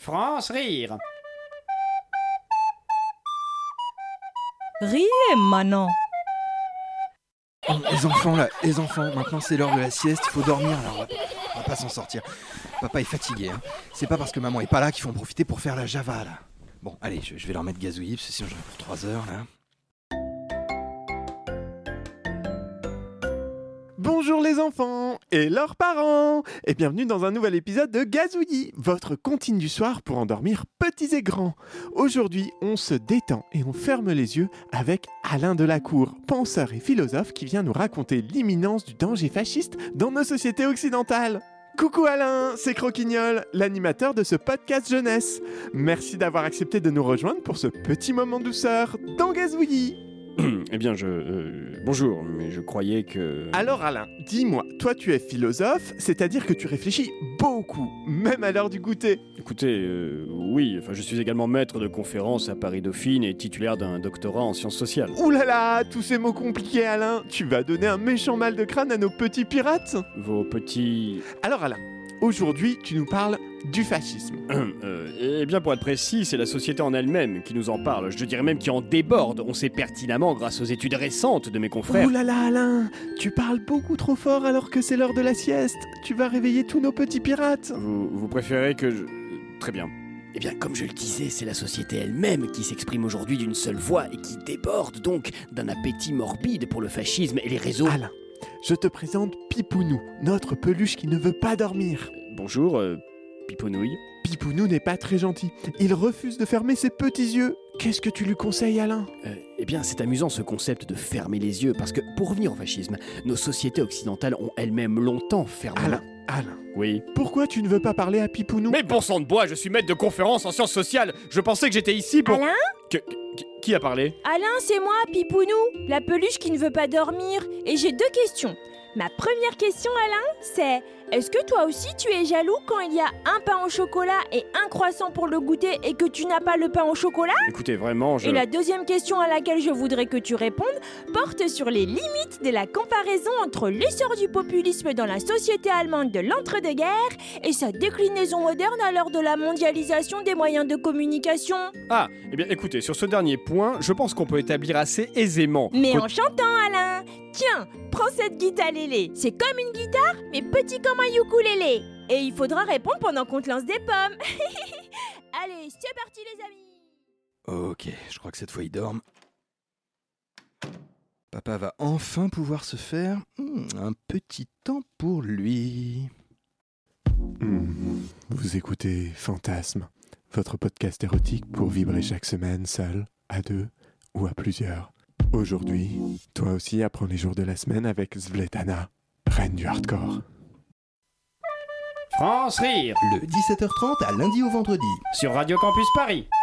France rire. Riez, Manon. Oh, les enfants, maintenant c'est l'heure de la sieste, il faut dormir, alors on va pas s'en sortir. Papa est fatigué, hein. C'est pas parce que maman est pas là qu'il faut en profiter pour faire la Java, là. Bon, allez, je vais leur mettre gazouillis, parce que sinon j'en ai pour 3 heures, là. Bonjour les enfants et leurs parents et bienvenue dans un nouvel épisode de Gazouillis, votre comptine du soir pour endormir petits et grands. Aujourd'hui, on se détend et on ferme les yeux avec Alain Delacour, penseur et philosophe qui vient nous raconter l'imminence du danger fasciste dans nos sociétés occidentales. Coucou Alain, c'est Croquignol, l'animateur de ce podcast jeunesse. Merci d'avoir accepté de nous rejoindre pour ce petit moment de douceur dans Gazouillis. Eh bien, bonjour, mais je croyais que... Alors Alain, dis-moi, toi tu es philosophe, c'est-à-dire que tu réfléchis beaucoup, même à l'heure du goûter. Écoutez, oui, je suis également maître de conférences à Paris-Dauphine et titulaire d'un doctorat en sciences sociales. Ouh là là, tous ces mots compliqués Alain, tu vas donner un méchant mal de crâne à nos petits pirates. Vos petits... Alors Alain, aujourd'hui tu nous parles du fascisme. Eh bien, pour être précis, c'est la société en elle-même qui nous en parle. Je dirais même qui en déborde. On sait pertinemment, grâce aux études récentes de mes confrères... Ouh là là Alain, tu parles beaucoup trop fort alors que c'est l'heure de la sieste. Tu vas réveiller tous nos petits pirates. Vous préférez que je... Très bien. Eh bien, comme je le disais, c'est la société elle-même qui s'exprime aujourd'hui d'une seule voix et qui déborde donc d'un appétit morbide pour le fascisme et les réseaux... Alain, je te présente Pipounou, notre peluche qui ne veut pas dormir. Bonjour, Piponouille. Pipounou n'est pas très gentil. Il refuse de fermer ses petits yeux. Qu'est-ce que tu lui conseilles, Alain ? Eh bien, c'est amusant ce concept de fermer les yeux, parce que, pour revenir au fascisme, nos sociétés occidentales ont elles-mêmes longtemps fermé... Alain, Oui. pourquoi tu ne veux pas parler à Pipounou ? Mais bon sang de bois, je suis maître de conférence en sciences sociales. Je pensais que j'étais ici pour... Alain ? Qui a parlé ? Alain, c'est moi, Pipounou, la peluche qui ne veut pas dormir. Et j'ai 2 questions. Ma première question, Alain, c'est... Est-ce que toi aussi tu es jaloux quand il y a un pain au chocolat et un croissant pour le goûter et que tu n'as pas le pain au chocolat ? Écoutez, vraiment, Et la deuxième question à laquelle je voudrais que tu répondes porte sur les limites de la comparaison entre l'essor du populisme dans la société allemande de l'entre-deux-guerres et sa déclinaison moderne à l'heure de la mondialisation des moyens de communication. Ah, eh bien écoutez, sur ce dernier point, je pense qu'on peut établir assez aisément... Mais en chantant, Alain ! Tiens, prends cette guitare lélé. C'est comme une guitare, mais petit comme un ukulélé. Et il faudra répondre pendant qu'on te lance des pommes. Allez, c'est parti les amis. Ok, je crois que cette fois il dorme. Papa va enfin pouvoir se faire un petit temps pour lui. Vous écoutez Fantasme, votre podcast érotique pour vibrer chaque semaine seul, à 2 ou à plusieurs. Aujourd'hui, toi aussi apprends les jours de la semaine avec Svetlana, reine du hardcore. France rire. Le 17h30 à lundi au vendredi. Sur Radio Campus Paris.